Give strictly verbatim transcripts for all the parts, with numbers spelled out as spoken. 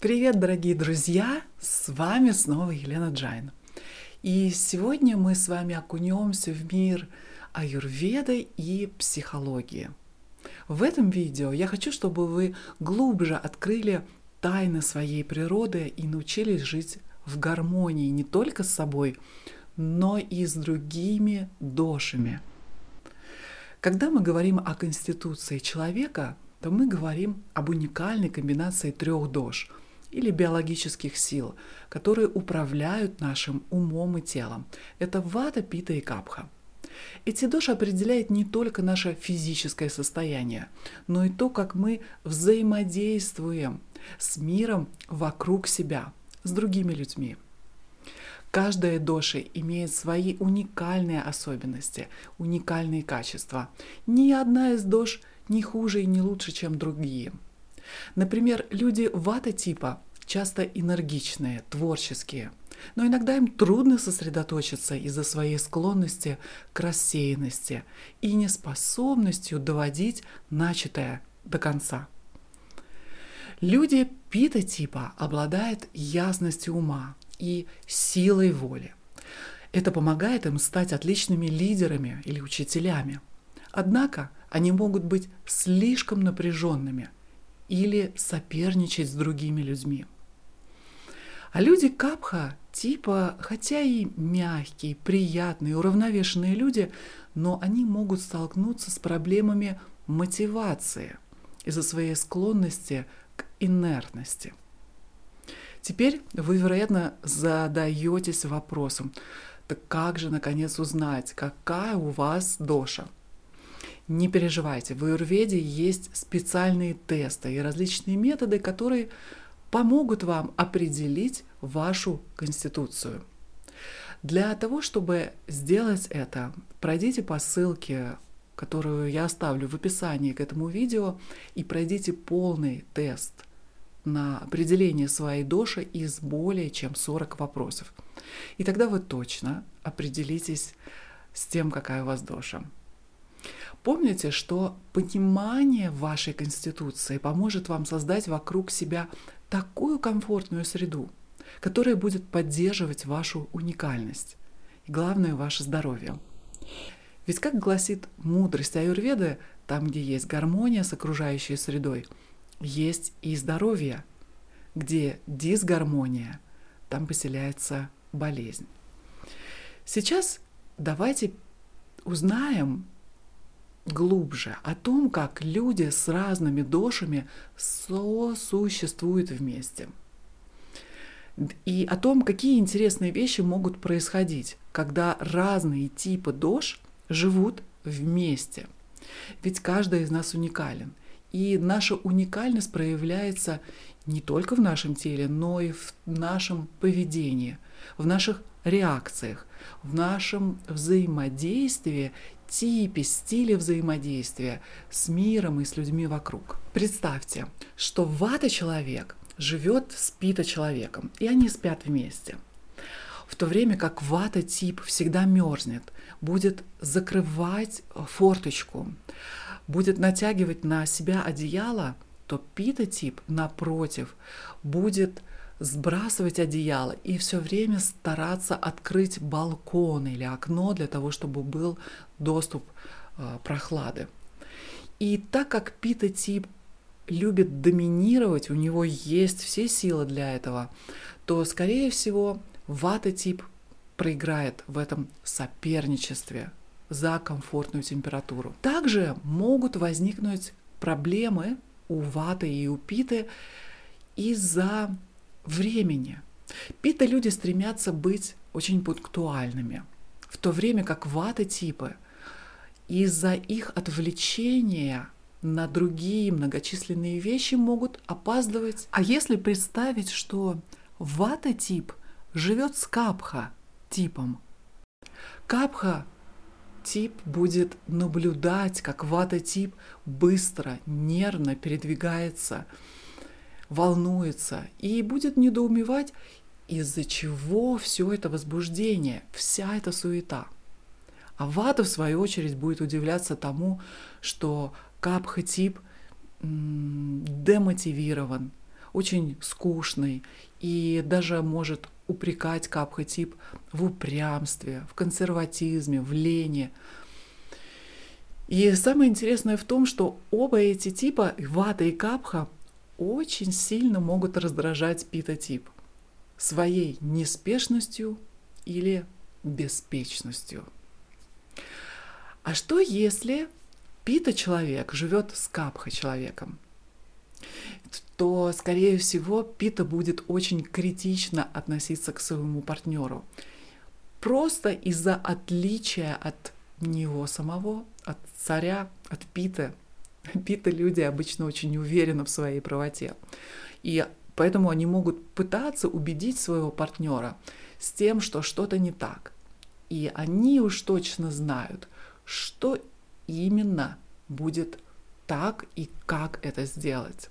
Привет, дорогие друзья! С вами снова Елена Джайн. И сегодня мы с вами окунемся в мир аюрведы и психологии. В этом видео я хочу, чтобы вы глубже открыли тайны своей природы и научились жить в гармонии не только с собой, но и с другими дошами. Когда мы говорим о конституции человека, то мы говорим об уникальной комбинации трех дош или биологических сил, которые управляют нашим умом и телом. Это вата, пита и капха. Эти доши определяют не только наше физическое состояние, но и то, как мы взаимодействуем с миром вокруг себя, с другими людьми. Каждая доша имеет свои уникальные особенности, уникальные качества. Ни одна из дош не хуже и не лучше, чем другие. Например, люди вата-типа часто энергичные, творческие, но иногда им трудно сосредоточиться из-за своей склонности к рассеянности и неспособностью доводить начатое до конца. Люди пита-типа обладают ясностью ума и силой воли. Это помогает им стать отличными лидерами или учителями. Однако они могут быть слишком напряженными или соперничать с другими людьми. А люди капха типа, хотя и мягкие, приятные, уравновешенные люди, но они могут столкнуться с проблемами мотивации из-за своей склонности к инертности. Теперь вы, вероятно, задаетесь вопросом, так как же, наконец, узнать, какая у вас доша? Не переживайте, в аюрведе есть специальные тесты и различные методы, которые помогут вам определить вашу конституцию. Для того, чтобы сделать это, пройдите по ссылке, которую я оставлю в описании к этому видео, и пройдите полный тест на определение своей доши из более чем сорок вопросов. И тогда вы точно определитесь с тем, какая у вас доша. Помните, что понимание вашей конституции поможет вам создать вокруг себя такую комфортную среду, которая будет поддерживать вашу уникальность и, главное, ваше здоровье. Ведь, как гласит мудрость аюрведы, там, где есть гармония с окружающей средой, есть и здоровье. Где дисгармония, там поселяется болезнь. Сейчас давайте узнаем глубже о том, как люди с разными дошами сосуществуют вместе. И о том, какие интересные вещи могут происходить, когда разные типы дош живут вместе. Ведь каждый из нас уникален. И наша уникальность проявляется не только в нашем теле, но и в нашем поведении, в наших реакциях, в нашем взаимодействии, типе, стиле взаимодействия с миром и с людьми вокруг. Представьте, что вата-человек живет с пита-человеком, и они спят вместе. В то время как вата-тип всегда мерзнет, будет закрывать форточку, будет натягивать на себя одеяло, то пита-тип, напротив, будет сбрасывать одеяло и все время стараться открыть балкон или окно для того, чтобы был доступ э, прохлады. И так как пита-тип любит доминировать, у него есть все силы для этого, то, скорее всего, вата-тип проиграет в этом соперничестве за комфортную температуру. Также могут возникнуть проблемы у ваты и у питы из-за времени. Пита-люди стремятся быть очень пунктуальными, в то время как вата-типы из-за их отвлечения на другие многочисленные вещи могут опаздывать. А если представить, что вата-тип живет с капха-типом, капха-тип будет наблюдать, как вата-тип быстро, нервно передвигается, волнуется и будет недоумевать, из-за чего все это возбуждение, вся эта суета. А вата, в свою очередь, будет удивляться тому, что капха-тип демотивирован, очень скучный и даже может упрекать капха-тип в упрямстве, в консерватизме, в лени. И самое интересное в том, что оба эти типа, вата и капха, очень сильно могут раздражать пита-тип своей неспешностью или беспечностью. А что если пита-человек живет с капха-человеком? То, скорее всего, пита будет очень критично относиться к своему партнеру. Просто из-за отличия от него самого, от царя, от питы. Пита-люди обычно очень уверены в своей правоте. И поэтому они могут пытаться убедить своего партнера с тем, что что-то не так. И они уж точно знают, что именно будет так и как это сделать.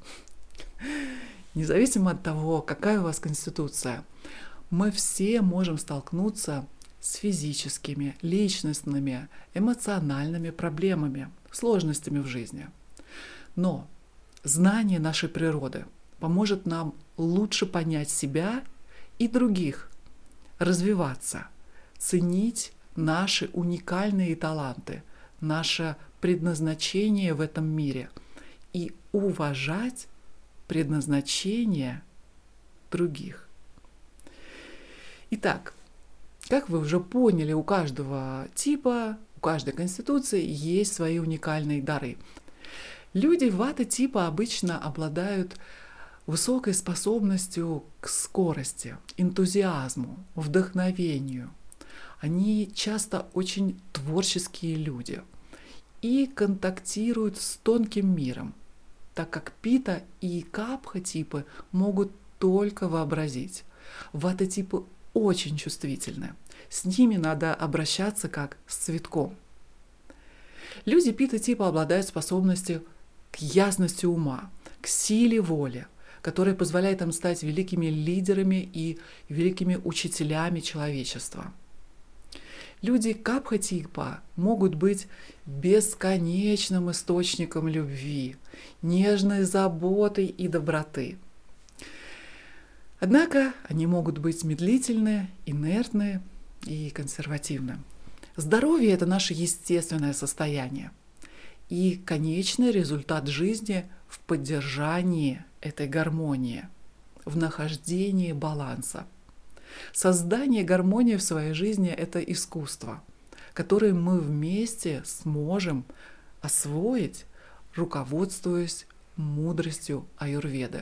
Независимо от того, какая у вас конституция, мы все можем столкнуться с физическими, личностными, эмоциональными проблемами, сложностями в жизни. Но знание нашей природы поможет нам лучше понять себя и других, развиваться, ценить наши уникальные таланты, наше предназначение в этом мире и уважать предназначение других. Итак, как вы уже поняли, у каждого типа, у каждой конституции есть свои уникальные дары. Люди вата-типа обычно обладают высокой способностью к скорости, энтузиазму, вдохновению. Они часто очень творческие люди и контактируют с тонким миром, так как пита и капха-типы могут только вообразить. Вата-типы очень чувствительны. С ними надо обращаться как с цветком. Люди пита-типа обладают способностью к ясности ума, к силе воли, которая позволяет им стать великими лидерами и великими учителями человечества. Люди капха-типа могут быть бесконечным источником любви, нежной заботы и доброты. Однако они могут быть медлительны, инертны и консервативны. Здоровье – это наше естественное состояние. И конечный результат жизни в поддержании этой гармонии, в нахождении баланса. Создание гармонии в своей жизни – это искусство, которое мы вместе сможем освоить, руководствуясь мудростью аюрведы.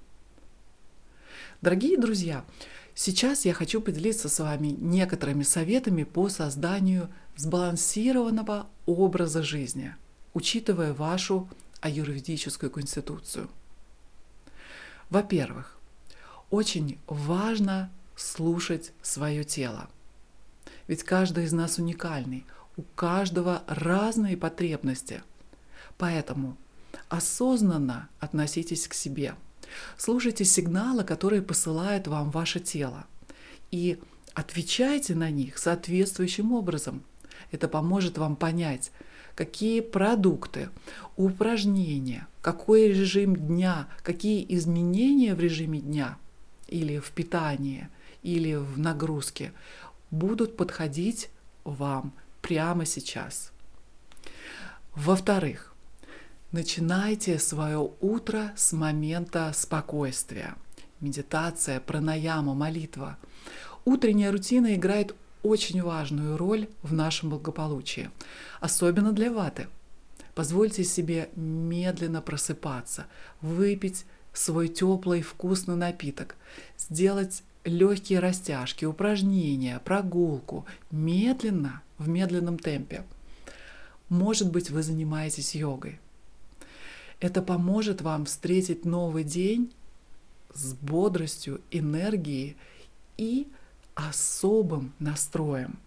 Дорогие друзья, сейчас я хочу поделиться с вами некоторыми советами по созданию сбалансированного образа жизни, учитывая вашу аюрведическую конституцию. Во-первых, очень важно слушать свое тело. Ведь каждый из нас уникальный, у каждого разные потребности. Поэтому осознанно относитесь к себе. Слушайте сигналы, которые посылает вам ваше тело, и отвечайте на них соответствующим образом. Это поможет вам понять, какие продукты, упражнения, какой режим дня, какие изменения в режиме дня или в питании, или в нагрузке будут подходить вам прямо сейчас. Во-вторых, начинайте свое утро с момента спокойствия. Медитация, пранаяма, молитва. Утренняя рутина играет очень важную роль в нашем благополучии, особенно для ваты. Позвольте себе медленно просыпаться, выпить свой теплый вкусный напиток, сделать легкие растяжки, упражнения, прогулку, медленно, в медленном темпе. Может быть, вы занимаетесь йогой. Это поможет вам встретить новый день с бодростью, энергией и особым настроем.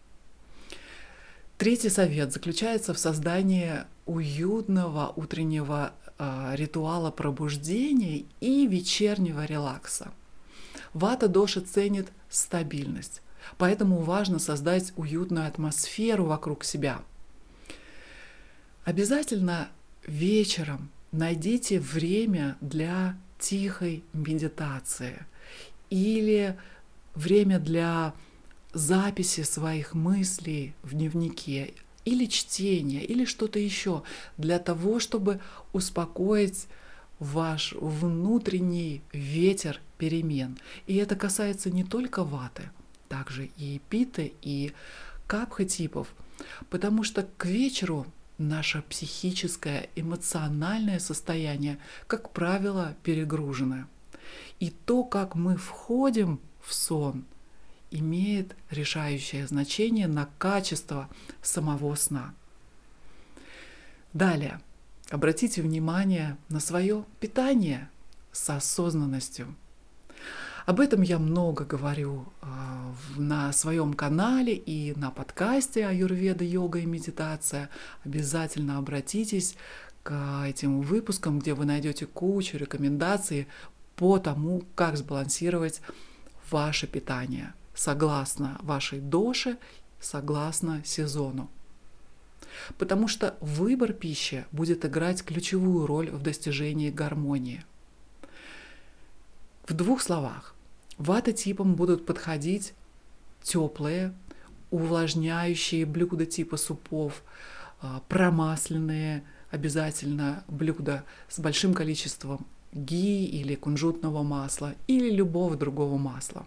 Третий совет заключается в создании уютного утреннего э, ритуала пробуждения и вечернего релакса. Вата-доша ценит стабильность, поэтому важно создать уютную атмосферу вокруг себя. Обязательно вечером найдите время для тихой медитации или время для записи своих мыслей в дневнике, или чтения, или что-то еще, для того, чтобы успокоить ваш внутренний ветер перемен. И это касается не только ваты, также и питы, и капха типов, потому что к вечеру наше психическое, эмоциональное состояние, как правило, перегружено. И то, как мы входим в сон, имеет решающее значение на качество самого сна. Далее, обратите внимание на свое питание с осознанностью. Об этом я много говорю э, на своем канале и на подкасте «Аюрведа, йога и медитация». Обязательно обратитесь к этим выпускам, где вы найдете кучу рекомендаций по тому, как сбалансировать ваше питание согласно вашей доше, согласно сезону. Потому что выбор пищи будет играть ключевую роль в достижении гармонии. В двух словах, вата-типам будут подходить теплые, увлажняющие блюда типа супов, промасленные обязательно блюда с большим количеством ги или кунжутного масла или любого другого масла.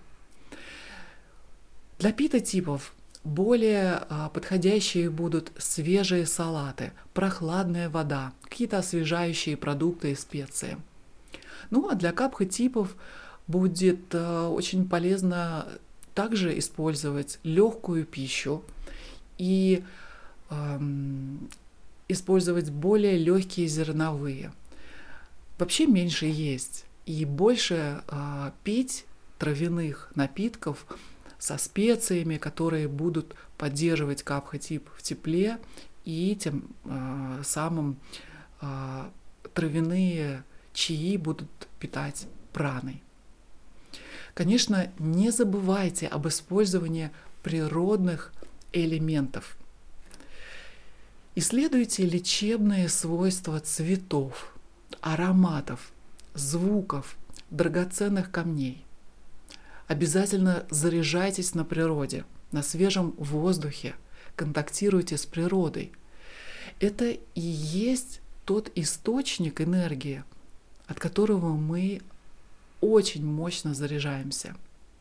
Для пита-типов более подходящие будут свежие салаты, прохладная вода, какие-то освежающие продукты и специи. Ну а для капха-типов будет очень полезно также использовать легкую пищу и эм, использовать более легкие зерновые. Вообще меньше есть и больше э, пить травяных напитков со специями, которые будут поддерживать капха-тип в тепле и тем э, самым э, травяные чаи будут питать праной. Конечно, не забывайте об использовании природных элементов. Исследуйте лечебные свойства цветов, ароматов, звуков, драгоценных камней. Обязательно заряжайтесь на природе, на свежем воздухе, контактируйте с природой. Это и есть тот источник энергии, от которого мы очень мощно заряжаемся.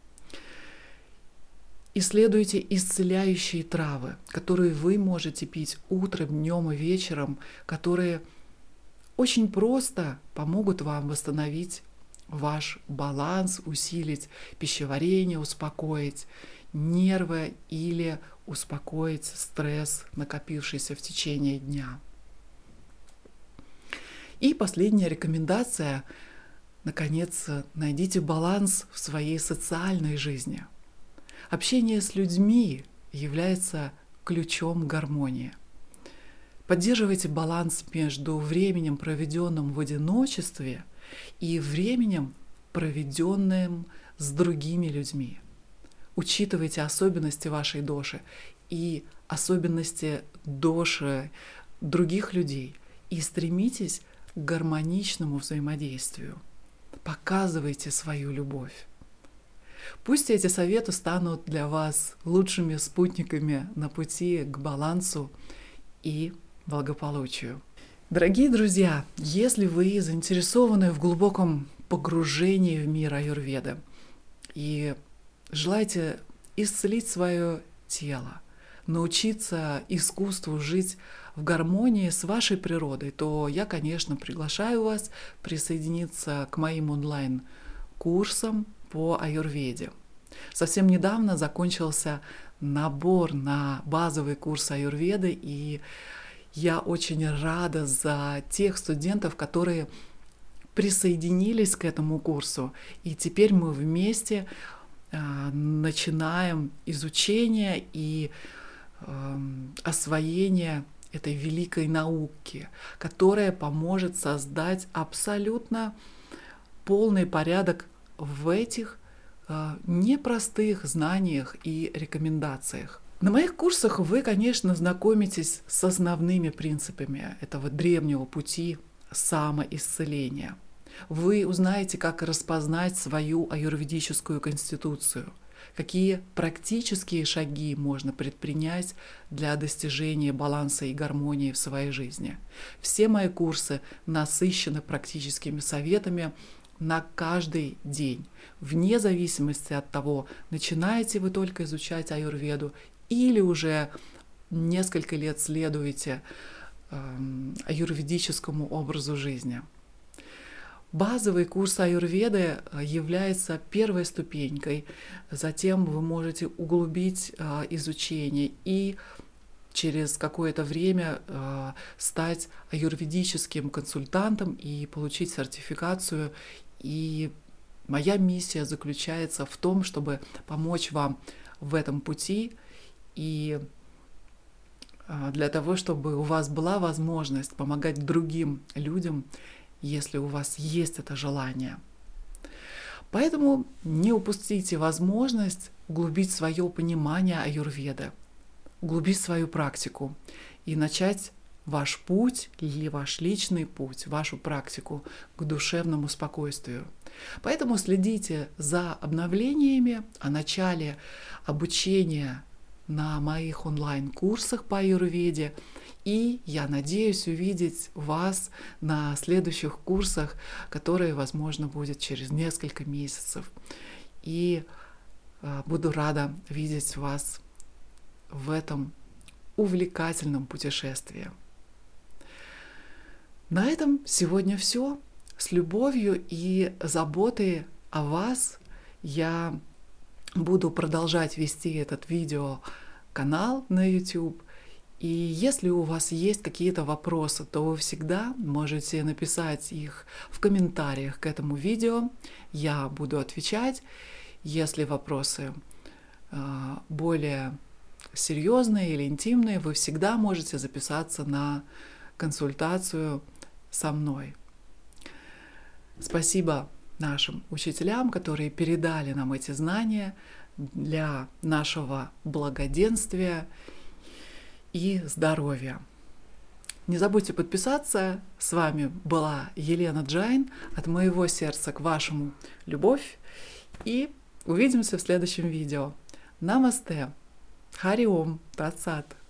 Исследуйте исцеляющие травы, которые вы можете пить утром, днем и вечером, которые очень просто помогут вам восстановить ваш баланс, усилить пищеварение, успокоить нервы или успокоить стресс, накопившийся в течение дня. И последняя рекомендация. Наконец, найдите баланс в своей социальной жизни. Общение с людьми является ключом гармонии. Поддерживайте баланс между временем, проведенным в одиночестве, и временем, проведенным с другими людьми. Учитывайте особенности вашей доши и особенности доши других людей и стремитесь к гармоничному взаимодействию. Показывайте свою любовь. Пусть эти советы станут для вас лучшими спутниками на пути к балансу и благополучию. Дорогие друзья, если вы заинтересованы в глубоком погружении в мир аюрведы и желаете исцелить свое тело, научиться искусству жить в гармонии с вашей природой, то я, конечно, приглашаю вас присоединиться к моим онлайн-курсам по аюрведе. Совсем недавно закончился набор на базовый курс аюрведы, и я очень рада за тех студентов, которые присоединились к этому курсу. И теперь мы вместе э, начинаем изучение и э, освоение этой великой науки, которая поможет создать абсолютно полный порядок в этих э, непростых знаниях и рекомендациях. На моих курсах вы, конечно, знакомитесь с основными принципами этого древнего пути самоисцеления. Вы узнаете, как распознать свою аюрведическую конституцию, какие практические шаги можно предпринять для достижения баланса и гармонии в своей жизни. Все мои курсы насыщены практическими советами на каждый день, вне зависимости от того, начинаете вы только изучать аюрведу или уже несколько лет следуете э, аюрведическому образу жизни. Базовый курс аюрведы является первой ступенькой, затем вы можете углубить э, изучение и через какое-то время э, стать аюрведическим консультантом и получить сертификацию. И моя миссия заключается в том, чтобы помочь вам в этом пути и э, для того, чтобы у вас была возможность помогать другим людям, если у вас есть это желание. Поэтому не упустите возможность углубить свое понимание аюрведы, углубить свою практику и начать ваш путь или ваш личный путь, вашу практику к душевному спокойствию. Поэтому следите за обновлениями о начале обучения на моих онлайн-курсах по аюрведе. И я надеюсь увидеть вас на следующих курсах, которые, возможно, будут через несколько месяцев. И буду рада видеть вас в этом увлекательном путешествии. На этом сегодня все. С любовью и заботой о вас я буду продолжать вести этот видеоканал на YouTube. И если у вас есть какие-то вопросы, то вы всегда можете написать их в комментариях к этому видео. Я буду отвечать. Если вопросы э, более серьезные или интимные, вы всегда можете записаться на консультацию со мной. Спасибо нашим учителям, которые передали нам эти знания для нашего благоденствия и здоровья. Не забудьте подписаться. С вами была Елена Джайн. От моего сердца к вашему любовь. И увидимся в следующем видео. Намасте. Хари Ом. Тат Сат.